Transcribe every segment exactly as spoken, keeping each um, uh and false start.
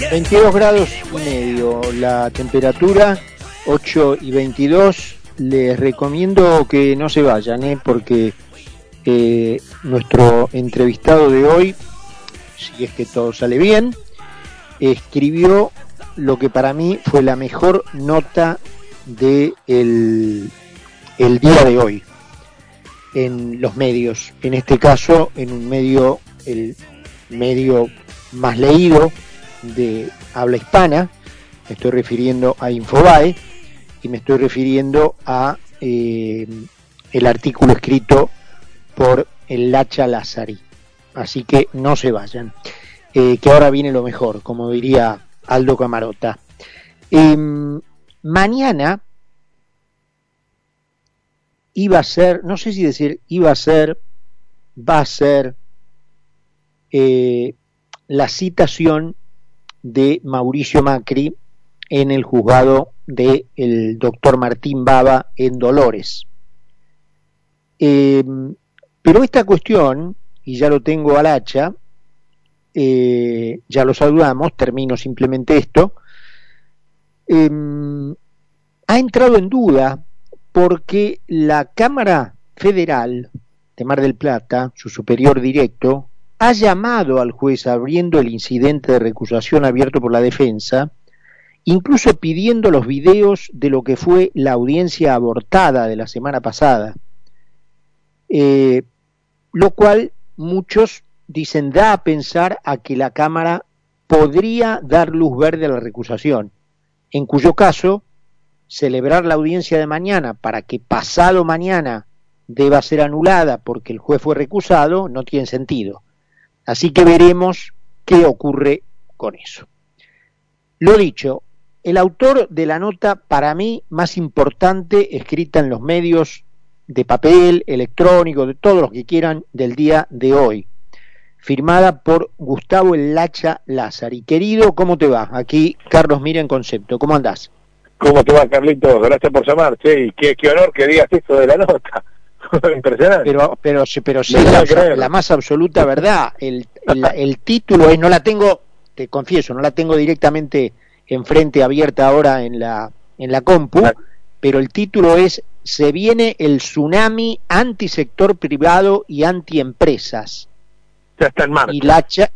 veintidós grados y medio la temperatura, ocho y veintidós. Les recomiendo que no se vayan, ¿eh? porque eh, nuestro entrevistado de hoy, si es que todo sale bien, escribió lo que para mí fue la mejor nota de el, el día de hoy en los medios, en este caso en un medio, el medio más leído de habla hispana. Me estoy refiriendo a Infobae y me estoy refiriendo a eh, el artículo escrito por el Lacha Lázari. Así que no se vayan, eh, que ahora viene lo mejor, como diría Aldo Camarota. Eh, mañana iba a ser, no sé si decir iba a ser, va a ser eh, la citación de Mauricio Macri en el juzgado del doctor Martín Baba en Dolores. Eh, pero esta cuestión, y ya lo tengo al hacha, eh, ya lo saludamos, termino simplemente esto, eh, ha entrado en duda porque la Cámara Federal de Mar del Plata, su superior directo, ha llamado al juez abriendo el incidente de recusación abierto por la defensa, incluso pidiendo los videos de lo que fue la audiencia abortada de la semana pasada, eh, lo cual muchos dicen da a pensar a que la Cámara podría dar luz verde a la recusación, en cuyo caso celebrar la audiencia de mañana para que pasado mañana deba ser anulada porque el juez fue recusado no tiene sentido. Así que veremos qué ocurre con eso. Lo dicho, el autor de la nota para mí más importante escrita en los medios de papel, electrónico, de todos los que quieran del día de hoy, firmada por Gustavo El Lacha Lázari. Querido, ¿cómo te va? Aquí Carlos Mira en Concepto. ¿Cómo andás? ¿Cómo te va, Carlitos? Gracias por llamar, che, y qué, qué honor que digas eso de la nota. Impresionante. Pero, pero, pero sí, la, la más absoluta verdad. El, el, el título es, no la tengo, te confieso, no la tengo directamente enfrente abierta ahora en la, en la compu, pero el título es Se viene el tsunami antisector privado y antiempresas. Ya está en marcha. Y Lacha,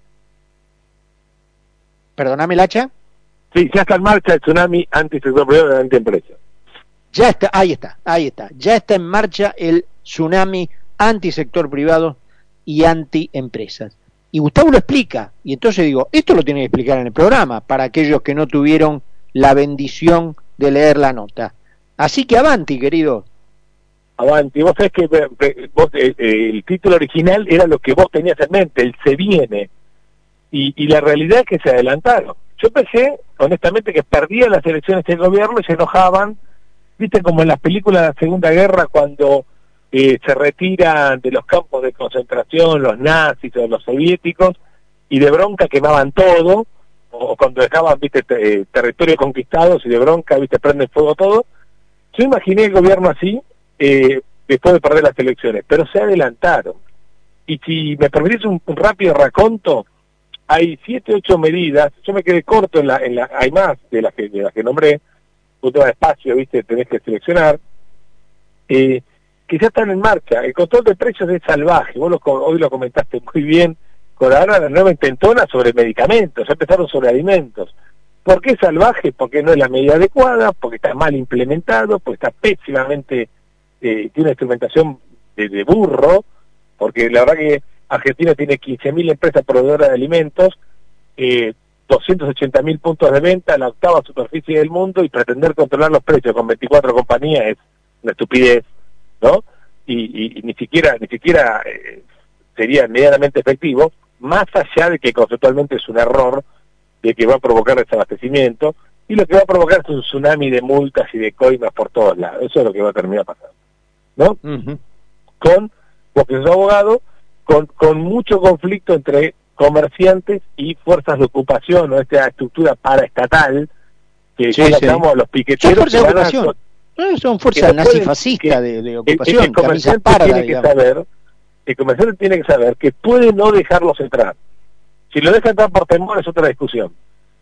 perdóname, Lacha. Sí, ya está en marcha el tsunami antisector privado y antiempresas. Ya está, ahí está, ahí está. Ya está en marcha el tsunami antisector privado y antiempresas. Y Gustavo lo explica, y entonces digo, esto lo tiene que explicar en el programa, para aquellos que no tuvieron la bendición de leer la nota. Así que avanti, querido. Avanti, vos sabés que vos, eh, eh, el título original era lo que vos tenías en mente, el se viene, y, y la realidad es que se adelantaron. Yo pensé, honestamente, que perdían las elecciones del gobierno y se enojaban, viste, como en las películas de la Segunda Guerra, cuando eh, se retiran de los campos de concentración los nazis o los soviéticos, y de bronca quemaban todo, o cuando dejaban, viste, te, eh, territorios conquistados y de bronca, viste, prenden fuego todo. Yo imaginé el gobierno así, eh, después de perder las elecciones, pero se adelantaron. Y si me permitís un, un rápido raconto, hay siete, ocho medidas, yo me quedé corto en la, en la hay más de las que, de las que nombré, un tema de espacio, viste, tenés que seleccionar, eh, que ya están en marcha. El control de precios es salvaje, vos lo, hoy lo comentaste muy bien, con ahora la nueva intentona sobre medicamentos, ya empezaron sobre alimentos. ¿Por qué salvaje? Porque no es la medida adecuada, porque está mal implementado, porque está pésimamente, eh, tiene una instrumentación de, de burro, porque la verdad que Argentina tiene quince mil empresas proveedoras de alimentos, eh, doscientos ochenta mil puntos de venta, la octava superficie del mundo, y pretender controlar los precios con veinticuatro compañías es una estupidez, ¿no? Y, y, y ni siquiera ni siquiera eh, sería medianamente efectivo, más allá de que conceptualmente es un error, de que va a provocar desabastecimiento, y lo que va a provocar es un tsunami de multas y de coimas por todos lados. Eso es lo que va a terminar pasando, ¿no? Uh-huh. Con, porque es abogado, con, con mucho conflicto entre comerciantes y fuerzas de ocupación, o esta estructura paraestatal que sí, sí. los piqueteros. Son fuerzas de ocupación, no, son fuerzas nazifascistas de, de ocupación. El, el comerciante parda, tiene digamos. que saber, el comerciante tiene que saber que puede no dejarlos entrar. Si lo deja entrar por temor es otra discusión,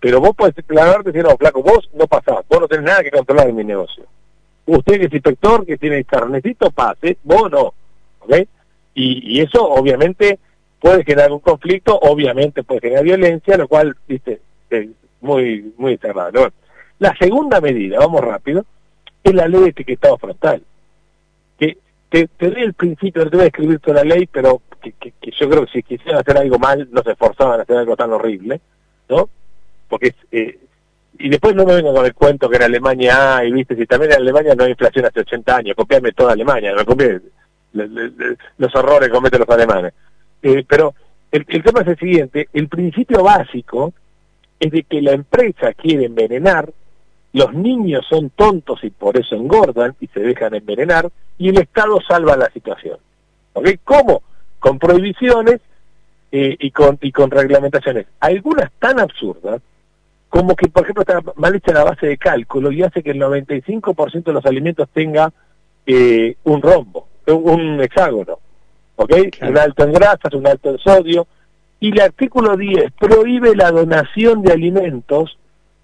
Pero vos podés declararte y decir, no, flaco, vos no pasás, vos no tenés nada que controlar en mi negocio. Usted que es inspector, que tiene carnecito, pase, vos no, ¿ok? Y, y eso obviamente puede generar un conflicto, obviamente puede generar violencia, lo cual, viste, es muy, muy cerrado. Bueno, la segunda medida, vamos rápido, es la ley de etiquetado frontal. Que te, te doy el principio, no te voy a escribir toda la ley, pero que, que, que yo creo que si quisieran hacer algo mal, no se esforzaban a hacer algo tan horrible, ¿no? Porque es, eh, y después no me vengo con el cuento que en Alemania hay, viste, si también en Alemania no hay inflación hace ochenta años, copiame toda Alemania, no me copié le, le, le, los horrores que cometen los alemanes. Eh, pero el, el tema es el siguiente, el principio básico es de que la empresa quiere envenenar, los niños son tontos y por eso engordan y se dejan envenenar, y el Estado salva la situación. ¿Ok? ¿Cómo? Con prohibiciones eh, y, con, y con reglamentaciones, algunas tan absurdas, como que, por ejemplo, está mal hecha la base de cálculo y hace que el noventa y cinco por ciento de los alimentos tenga eh, un rombo, un, un hexágono, ¿ok? Claro. Un alto en grasas, un alto en sodio, y el artículo diez prohíbe la donación de alimentos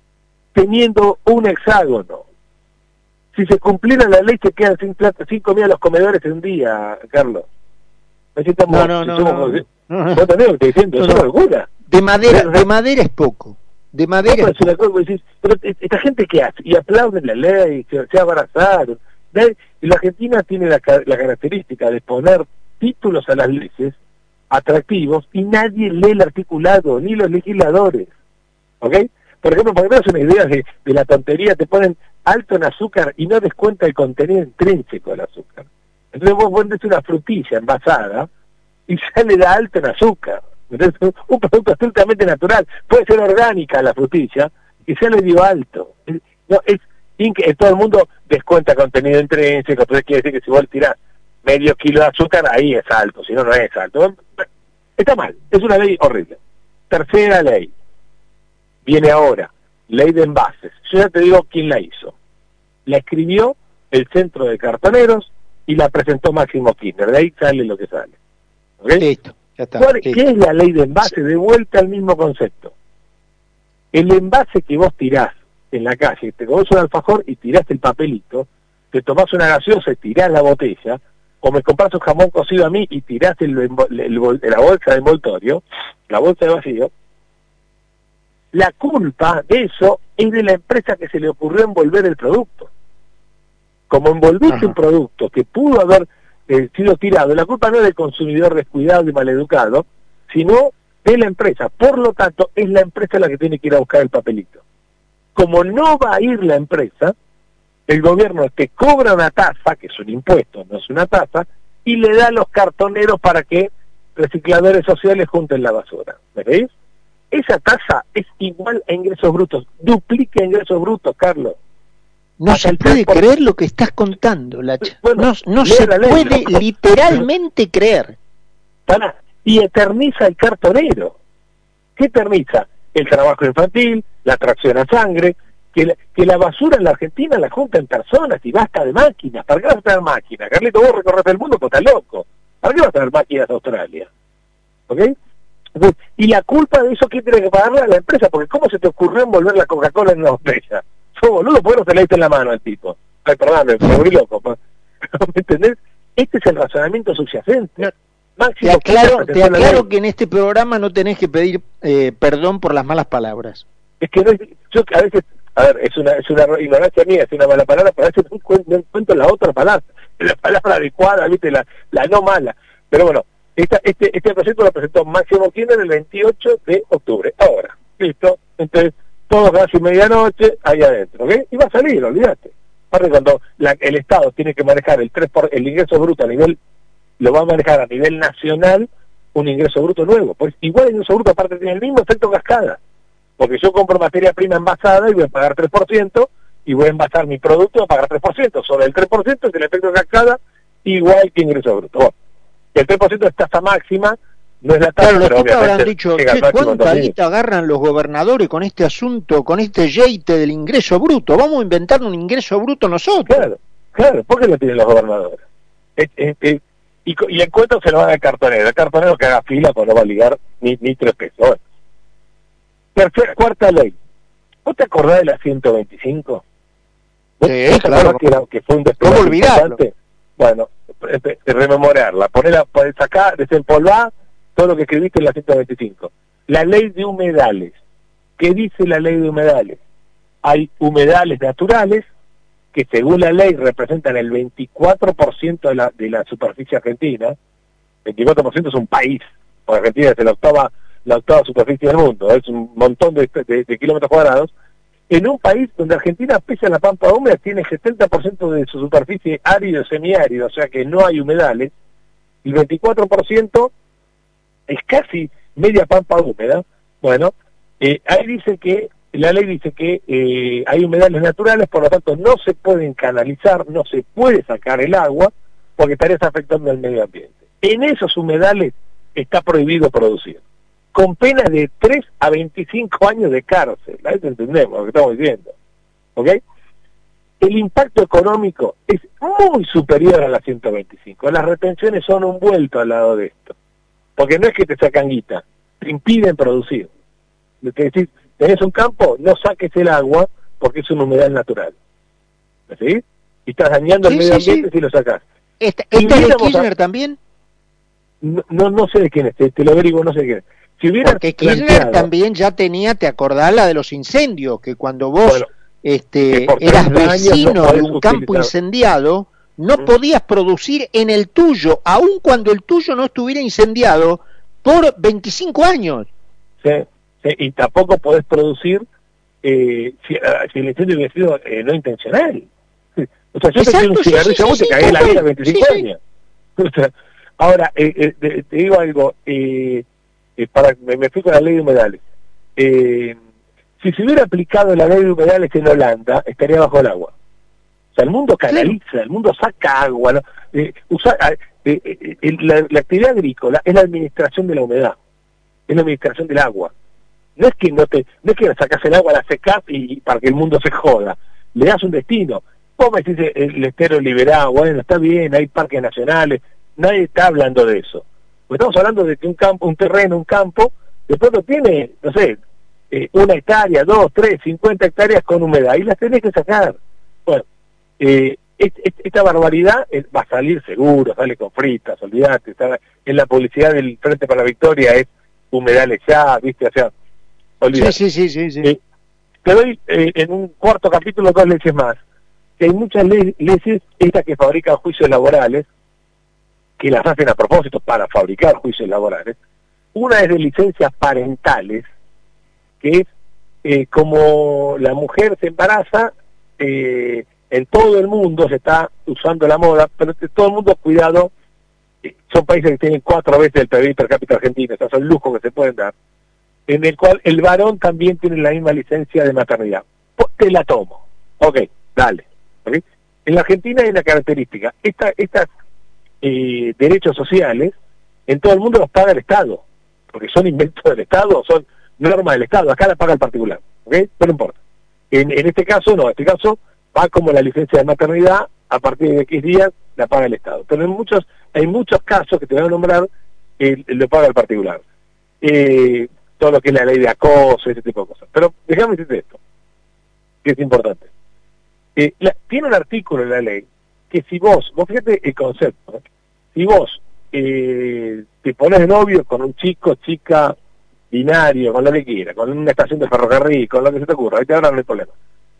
teniendo un hexágono. Si se cumpliera la ley se quedan sin plata, sin comida los comedores en un día, Carlos. No, no, no, no, no, no, no. ¿Vos entendés lo que estoy diciendo? No, es una locura. De madera, de madera es poco. De madera. No, pero, cosa, decís, pero esta gente que hace, y aplauden la ley, se, se abrazaron. Y la Argentina tiene la, la característica de poner títulos a las leyes atractivos y nadie lee el articulado, ni los legisladores. ¿Ok? Por ejemplo, para que veas una idea de, de la tontería, te ponen alto en azúcar y no descuenta el contenido intrínseco del azúcar. Entonces vos pones una frutilla envasada y ya le da alto en azúcar. Entonces, un producto absolutamente natural, puede ser orgánica la frutilla, y ya le dio alto. No, es, es todo el mundo descuenta contenido intrínseco, entonces quiere decir que si vos tirás medio kilo de azúcar, ahí es alto, si no, no es alto. Está mal, es una ley horrible. Tercera ley, viene ahora, ley de envases. Yo ya te digo quién la hizo. La escribió el Centro de Cartoneros y la presentó Máximo Kirchner, de ahí sale lo que sale. ¿Okay? Listo. Está, ¿Cuál, ¿Qué es la ley de envase? De vuelta al mismo concepto. El envase que vos tirás en la calle, te comés un alfajor y tirás el papelito, te tomás una gaseosa y tirás la botella, o me compras un jamón cocido a mí y tirás el, el, el, la bolsa de envoltorio, la bolsa de vacío, la culpa de eso es de la empresa que se le ocurrió envolver el producto. Como envolviste Ajá. un producto que pudo haber Eh, sido tirado, la culpa no es del consumidor descuidado y maleducado, sino de la empresa. Por lo tanto, es la empresa la que tiene que ir a buscar el papelito. Como no va a ir la empresa, el gobierno te cobra una tasa, que es un impuesto, no es una tasa, y le da a los cartoneros para que recicladores sociales junten la basura. ¿Me veis? Esa tasa es igual a ingresos brutos, duplica ingresos brutos, Carlos. No se puede creer lo que estás contando, Lacha. Bueno, no no se puede ¿no? literalmente creer. Para, y eterniza el cartonero. ¿Qué eterniza? El trabajo infantil, la tracción a sangre, que la, que la basura en la Argentina la juntan personas y basta de máquinas. ¿Para qué vas a tener máquinas? Carlito, vos recorres el mundo, pues estás loco. ¿Para qué vas a tener máquinas a Australia? ¿Ok? Entonces, y la culpa de eso, ¿quién tiene que pagarle a la empresa? Porque ¿cómo se te ocurrió envolver la Coca-Cola en una botella? Sos boludo, ¿por qué no te le diste en la mano al tipo? Ay, perdón, me volví loco. ¿Me entendés? Este es el razonamiento subyacente. No, Máximo, te aclaro, te aclaro que en este programa no tenés que pedir eh, perdón por las malas palabras. Es que no es, yo a veces, a ver, es una es una ignorancia mía, es una mala palabra, pero a veces no encuentro, no encuentro la otra palabra, la palabra adecuada, viste, la, la no mala. Pero bueno, esta, este este proyecto lo presentó Máximo Kirchner el veintiocho de octubre. Ahora, listo, entonces todos casi medianoche ahí adentro, ¿ok? Y va a salir, olvídate. Aparte, cuando la, el Estado tiene que manejar el tres por, el ingreso bruto a nivel, lo va a manejar a nivel nacional, un ingreso bruto nuevo. Pues igual el ingreso bruto aparte tiene el mismo efecto cascada. Porque yo compro materia prima envasada y voy a pagar tres por ciento, y voy a envasar mi producto y voy a pagar tres por ciento. Sobre el tres por ciento es el efecto cascada, igual que ingreso bruto. Bueno, el tres por ciento es tasa máxima, no es la tasa, claro, pero los obviamente habrán dicho, ¿cuánta guita agarran los gobernadores con este asunto, con este yeite del ingreso bruto? Vamos a inventar un ingreso bruto nosotros. Claro, claro, ¿por qué lo tienen los gobernadores? Es, es, es, y, y en cuento se lo van al cartonero, el cartonero que haga fila pues no va a ligar ni, ni tres pesos. Bueno. Tercera, cuarta ley, ¿Vos te acordás de la ciento veinticinco? ¿Vos Sí, ¿vos claro. que, era, que fue un ¿Cómo despegue olvidarlo? importante? Bueno, rememorarla, ponerla, sacar, desempolvar todo lo que escribiste en la ciento veinticinco. La ley de humedales. ¿Qué dice la ley de humedales? Hay humedales naturales que según la ley representan el veinticuatro por ciento de la, de la superficie argentina. veinticuatro por ciento es un país, porque Argentina es la octava, la octava superficie del mundo, es un montón de, de, de kilómetros cuadrados. En un país donde Argentina, pese a la pampa húmeda, tiene setenta por ciento de su superficie árido, semiárido, o sea que no hay humedales, el veinticuatro por ciento es casi media pampa húmeda. Bueno, eh, ahí dice que, la ley dice que eh, hay humedales naturales, por lo tanto no se pueden canalizar, no se puede sacar el agua, porque estarías afectando al medio ambiente. En esos humedales está prohibido producir, con penas de tres a veinticinco años de cárcel. A eso entendemos lo que estamos diciendo, ¿ok? El impacto económico es muy superior a la ciento veinticinco. Las retenciones son un vuelto al lado de esto, porque no es que te sacan guita, te impiden producir. Te decís, tenés un campo, no saques el agua porque es un humedal natural, ¿sí? Y estás dañando Sí, el medio sí, ambiente sí. si lo sacás. ¿Esta, Si esta es de hubiéramos a- Kirchner también? No, no, no sé de quién es, te, te lo averiguo, no sé de quién es. Si hubiera Porque Kirchner planteado, también ya tenía, te acordás, la de los incendios, que cuando vos bueno, que este, por eras treinta años no vecino de podés un campo utilizar. incendiado, no ¿Mm? podías producir en el tuyo, aun cuando el tuyo no estuviera incendiado, por veinticinco años. Sí, sí, y tampoco podés producir eh, si, ah, si el incendio hubiera sido eh, no intencional. O sea, yo te tiro un Exacto, sí, cigarrillo sí, a vos, sí, te sí, cagué tal la vida cual. veinticinco Sí, sí. años. O sea, ahora, eh, eh, te, te digo algo, eh, eh, para me, me fui con la ley de humedales. Eh, si se hubiera aplicado la ley de humedales en Holanda, estaría bajo el agua. O sea, el mundo canaliza, Claro. el mundo saca agua, ¿no? Eh, usa, eh, eh, eh, la, la actividad agrícola es la administración de la humedad, es la administración del agua. No es que no te, no es que sacas el agua, la secás y, y para que el mundo se joda, le das un destino. Vos me decís el estero liberado, bueno, está bien, hay parques nacionales, nadie está hablando de eso. Pues estamos hablando de que un campo, un terreno, un campo, de pronto tiene, no sé, eh, una hectárea, dos, tres, cincuenta hectáreas con humedad, y las tenés que sacar. Bueno, eh, et, et, esta barbaridad eh, va a salir seguro, sale con fritas, olvidate, está en la publicidad del Frente para la Victoria es humedales ya, viste, o sea, olvidate. Sí, sí, sí, sí, sí. Eh, te doy eh, en un cuarto capítulo dos leyes más, que hay muchas le leyes, estas que fabrican juicios laborales, que las hacen a propósito para fabricar juicios laborales. Una es de licencias parentales, que es eh, como la mujer se embaraza, eh, en todo el mundo se está usando la moda, pero todo el mundo, cuidado, eh, son países que tienen cuatro veces el P I B per cápita argentino, o sea, son lujos que se pueden dar, en el cual el varón también tiene la misma licencia de maternidad. Pues te la tomo. Ok, dale. ¿Okay? En la Argentina hay una característica. Esta, estas eh, derechos sociales, en todo el mundo los paga el Estado, porque son inventos del Estado, son normas del Estado. Acá la paga el particular. ¿Ok? Pero no importa. En, en este caso, no. En este caso, va como la licencia de maternidad, a partir de X días, la paga el Estado. Pero en muchos, hay muchos casos que te voy a nombrar, eh, lo paga el particular. Eh, todo lo que es la ley de acoso, ese tipo de cosas. Pero déjame decirte esto, que es importante. Eh, la, tiene un artículo en la ley que si vos, vos fíjate el concepto, ¿eh? Si vos eh, te pones de novio con un chico, chica, binario, con lo que quiera, con una estación de ferrocarril, con lo que se te ocurra, ahí te ahora no hay problema.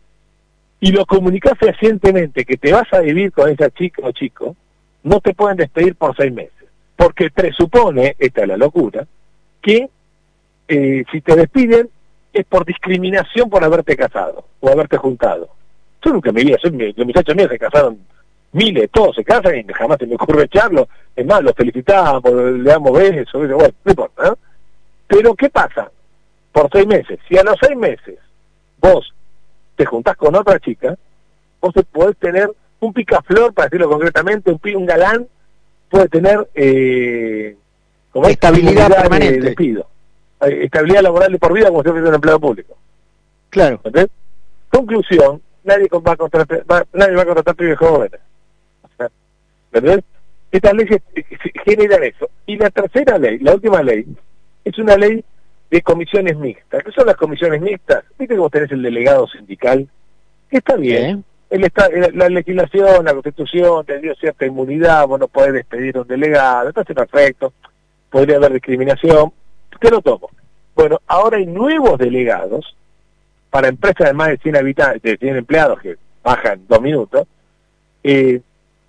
Y lo comunicás fehacientemente que te vas a vivir con esa chica o chico, no te pueden despedir por seis meses. Porque presupone, esta es la locura, que Eh, si te despiden es por discriminación por haberte casado o haberte juntado. Yo nunca me vi, yo, mi, los muchachos míos se casaron miles, todos se casan y jamás se me ocurre echarlo. Es más, los felicitamos, le damos besos, bueno, no importa, ¿no? Pero ¿qué pasa? Por seis meses, si a los seis meses vos te juntás con otra chica, vos podés tener un picaflor, para decirlo concretamente, un, un galán, puede tener eh, como estabilidad permanente. De despido. Estabilidad laboral de por vida como si fuese un empleado público. Claro. ¿Entendés? Conclusión, nadie va a contratar, va, nadie va a contratar pibes jóvenes. ¿Entendés? Estas leyes generan eso. Y la tercera ley, la última ley, es una ley de comisiones mixtas. ¿Qué son las comisiones mixtas? Viste que vos tenés el delegado sindical, que está bien. ¿Eh? El está, la legislación, la Constitución te dio cierta inmunidad, vos no podés despedir a un delegado, entonces perfecto, podría haber discriminación, te lo tomo. Bueno, ahora hay nuevos delegados para empresas de más de cien habitantes, de cien empleados que bajan dos minutos, eh,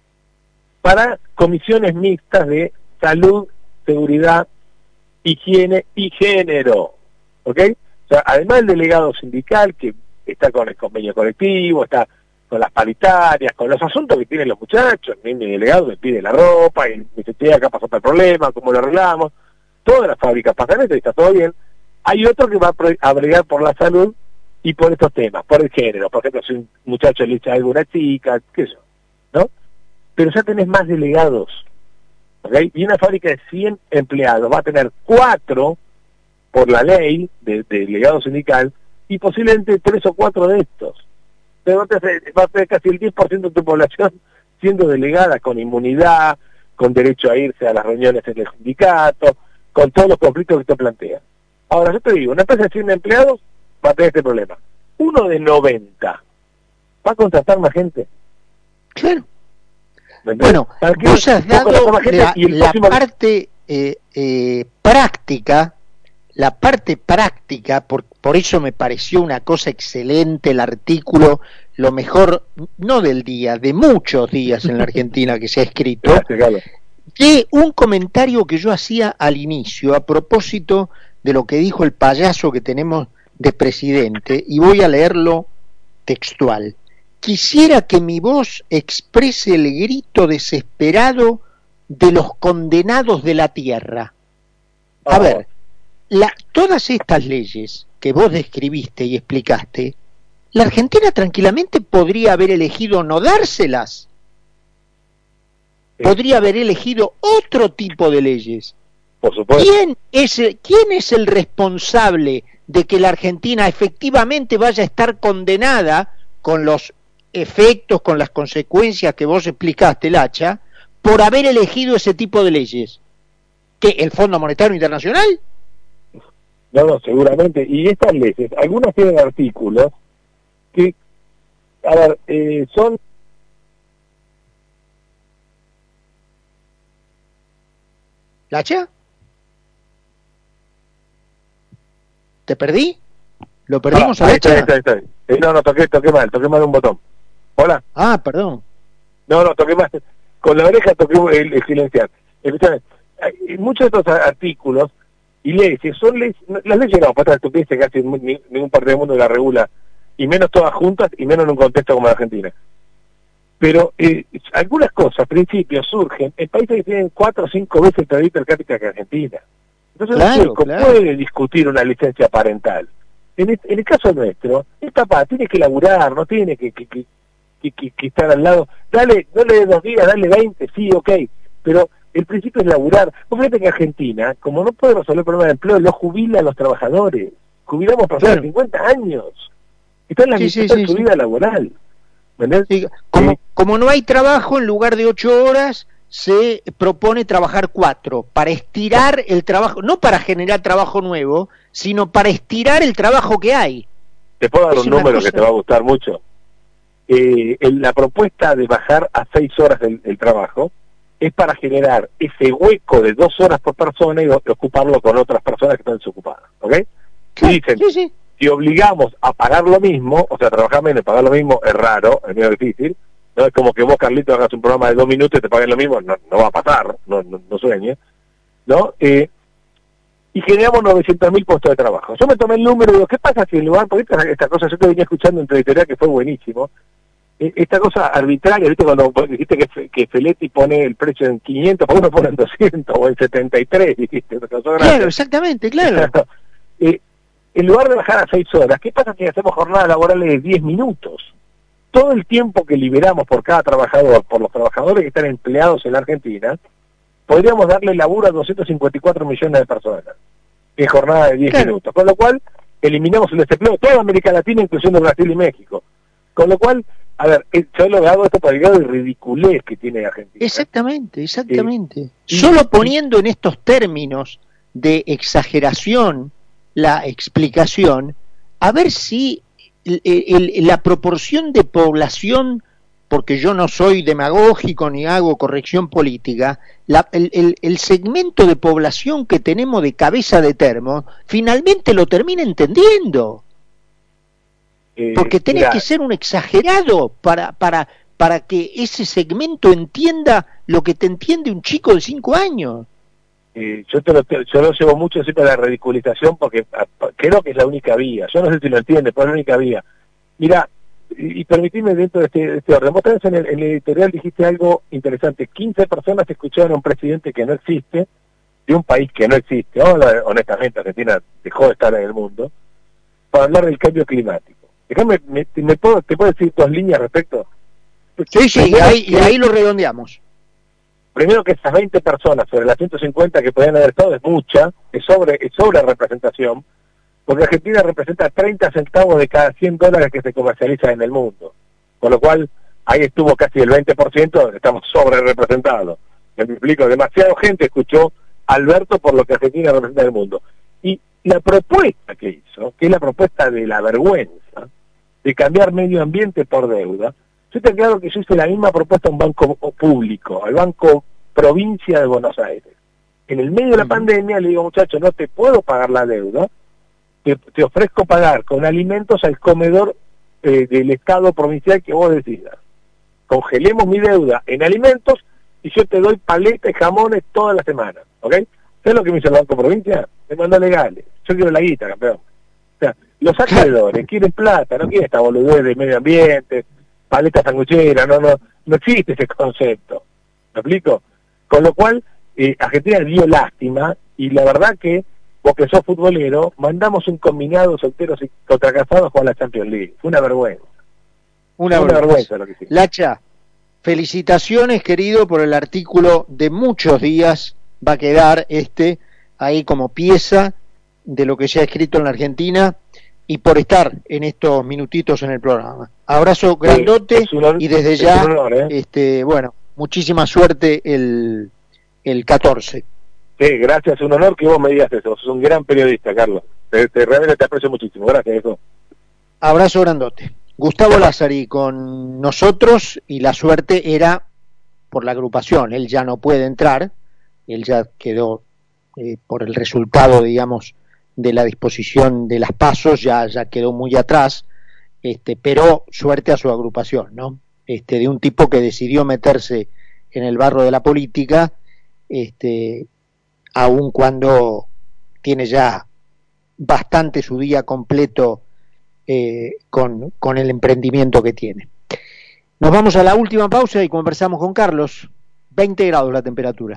para comisiones mixtas de salud, seguridad, higiene y género, ¿ok? O sea, además del delegado sindical que está con el convenio colectivo, está con las paritarias, con los asuntos que tienen los muchachos, mi, mi delegado me pide la ropa y me dice, che, acá pasó el problema, ¿cómo lo arreglamos? Todas las fábricas pasan esto y está todo bien. Hay otro que va a bregar por la salud y por estos temas, por el género. Por ejemplo, si un muchacho le echa algo a una chica, qué sé yo, ¿no? Pero ya tenés más delegados, ¿ok? Y una fábrica de cien empleados va a tener cuatro por la ley de, de delegado sindical y posiblemente tres o cuatro de estos. Pero va a tener casi el diez por ciento de tu población siendo delegada con inmunidad, con derecho a irse a las reuniones en el sindicato, con todos los conflictos que te plantea. Ahora, yo te digo, una empresa de cien empleados va a tener este problema. Uno de noventa, ¿va a contratar más gente? Claro. Bueno, vos has dado la, la parte eh, eh, práctica, la parte práctica, por, por eso me pareció una cosa excelente el artículo, lo mejor, no del día, de muchos días en la Argentina que se ha escrito, de un comentario que yo hacía al inicio a propósito de lo que dijo el payaso que tenemos de presidente, y voy a leerlo textual. Quisiera que mi voz exprese el grito desesperado de los condenados de la tierra. A oh. ver, la, todas estas leyes que vos describiste y explicaste, la Argentina tranquilamente podría haber elegido no dárselas. Sí. Podría haber elegido otro tipo de leyes. Por supuesto. ¿Quién es el, quién es el responsable de que la Argentina efectivamente vaya a estar condenada con los efectos, con las consecuencias que vos explicaste, Lacha, por haber elegido ese tipo de leyes? ¿Qué, el Fondo Monetario Internacional? No, no, seguramente. Y estas leyes, algunas tienen artículos que, a ver, eh, son... ¿Lacha? ¿Te perdí? ¿Lo perdimos ah, a ahí Lacha? está, ahí está, ahí está. Eh, no, no, toqué, toqué mal, toqué mal un botón. ¿Hola? Ah, perdón. No, no, toqué mal. Con la oreja toqué el, el silenciar. Escuchame, hay muchos de estos artículos y leyes, son leyes, las leyes no, para estupidez que casi ningún parte del mundo la regula, y menos todas juntas, y menos en un contexto como la Argentina. Pero eh, algunas cosas, principios, surgen en países que tienen cuatro o cinco veces el P I B per cápita que Argentina. Entonces claro, el claro. puede discutir una licencia parental. En el, en el caso nuestro, el papá tiene que laburar, no tiene que, que, que, que, que, que estar al lado. Dale, dale dos días, dale veinte, sí, ok, pero el principio es laburar. Vos fíjate que Argentina, como no puede resolver el problema de empleo, lo jubila a los trabajadores. Jubilamos personas de cincuenta años. Está en la sí, mitad sí, de sí, su sí. vida laboral. Sí, como, sí. como no hay trabajo, en lugar de ocho horas, se propone trabajar cuatro, para estirar el trabajo, no para generar trabajo nuevo, sino para estirar el trabajo que hay. Te puedo dar es un número cosa... que te va a gustar mucho. Eh, en la propuesta de bajar a seis horas el, el trabajo es para generar ese hueco de dos horas por persona y ocuparlo con otras personas que están desocupadas, ¿ok? Claro, y dicen, sí, sí. si obligamos a pagar lo mismo, o sea, trabajar menos y pagar lo mismo es raro, es medio difícil, no es como que vos, Carlito, hagas un programa de dos minutos y te paguen lo mismo, no, no va a pasar, no, no, no sueñe, ¿no? Eh, y generamos novecientos mil puestos de trabajo. Yo me tomé el número y digo, ¿qué pasa si en lugar, porque esta, esta cosa, yo te venía escuchando en tu editorial que fue buenísimo, eh, esta cosa arbitraria, ¿viste? Cuando dijiste que, que Feletti pone el precio en quinientos, ¿por qué no pone en doscientos o en setenta y tres? Dijiste, claro, exactamente, claro. eh, en lugar de bajar a seis horas, ¿qué pasa si hacemos jornadas laborales de diez minutos? Todo el tiempo que liberamos por cada trabajador, por los trabajadores que están empleados en la Argentina, podríamos darle laburo a doscientos cincuenta y cuatro millones de personas en jornada de diez claro. minutos. Con lo cual, eliminamos el desempleo de toda América Latina, incluyendo Brasil y México. Con lo cual, a ver, yo lo hago esto para el grado de ridiculez que tiene Argentina. Exactamente, exactamente. Eh, Solo poniendo en estos términos de exageración la explicación, a ver si el, el, la proporción de población, porque yo no soy demagógico ni hago corrección política, la, el, el, el segmento de población que tenemos de cabeza de termo, finalmente lo termina entendiendo. Eh, porque tenés mira, que ser un exagerado para, para, para que ese segmento entienda lo que te entiende un chico de cinco años. Eh, yo, te lo, te, yo lo llevo mucho siempre a la ridiculización porque a, creo que es la única vía. Yo no sé si lo entiende, pero es la única vía. Mira, y, y permitime dentro de este, de este orden. Vos en el, en el editorial dijiste algo interesante. quince personas escucharon a un presidente que no existe, de un país que no existe. Oh, honestamente, Argentina dejó de estar en el mundo, para hablar del cambio climático. Déjame, me, me puedo, ¿te puedo decir dos líneas respecto? Sí, sí, y ahí, y ahí lo redondeamos. Primero que esas veinte personas sobre las ciento cincuenta que podían haber estado es mucha, es sobre, es sobre representación, porque Argentina representa treinta centavos de cada cien dólares que se comercializan en el mundo. Con lo cual, ahí estuvo casi el veinte por ciento, estamos sobre representados. Me explico, demasiada gente escuchó a Alberto por lo que Argentina representa en el mundo. Y la propuesta que hizo, que es la propuesta de la vergüenza, de cambiar medio ambiente por deuda, yo te aclaro que yo hice la misma propuesta a un banco público, al Banco Provincia de Buenos Aires. En el medio de la pandemia le digo, muchachos, no te puedo pagar la deuda, te, te ofrezco pagar con alimentos al comedor eh, del Estado provincial que vos decidas. Congelemos mi deuda en alimentos y yo te doy paletas y jamones toda la semana, ¿ok? ¿Sabes lo que me hizo el Banco Provincia? Me mandó legales. Yo quiero la guita, campeón. O sea, los acreedores quieren plata, no quieren esta boludez de medio ambiente, paleta sanguchera, no, no, no existe ese concepto. ¿Me explico? Con lo cual, eh, Argentina dio lástima, y la verdad que, vos que sos futbolero, mandamos un combinado solteros y contra casados con la Champions League. Fue una vergüenza. Una, una vergüenza. vergüenza lo que hicimos. Lacha, felicitaciones, querido, por el artículo de muchos días. Va a quedar este ahí como pieza de lo que se ha escrito en la Argentina, y por estar en estos minutitos en el programa. Abrazo grandote, sí, honor, y desde ya, honor, ¿eh? este, bueno, muchísima suerte el, el catorce. Sí, gracias, es un honor que vos me digas eso. Sos un gran periodista, Carlos. Te, te, realmente te aprecio muchísimo. Gracias, eso. Abrazo grandote. Gustavo Lázari con nosotros, y la suerte era por la agrupación. Él ya no puede entrar, él ya quedó eh, por el resultado, digamos, de la disposición de las pasos, ya, ya quedó muy atrás, este, pero suerte a su agrupación, ¿no? Este, de un tipo que decidió meterse en el barro de la política, este, aun cuando tiene ya bastante su día completo eh, con, con el emprendimiento que tiene. Nos vamos a la última pausa y conversamos con Carlos. veinte grados la temperatura.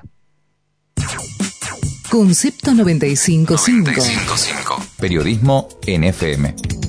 Concepto noventa y cinco punto cinco. Periodismo en F M.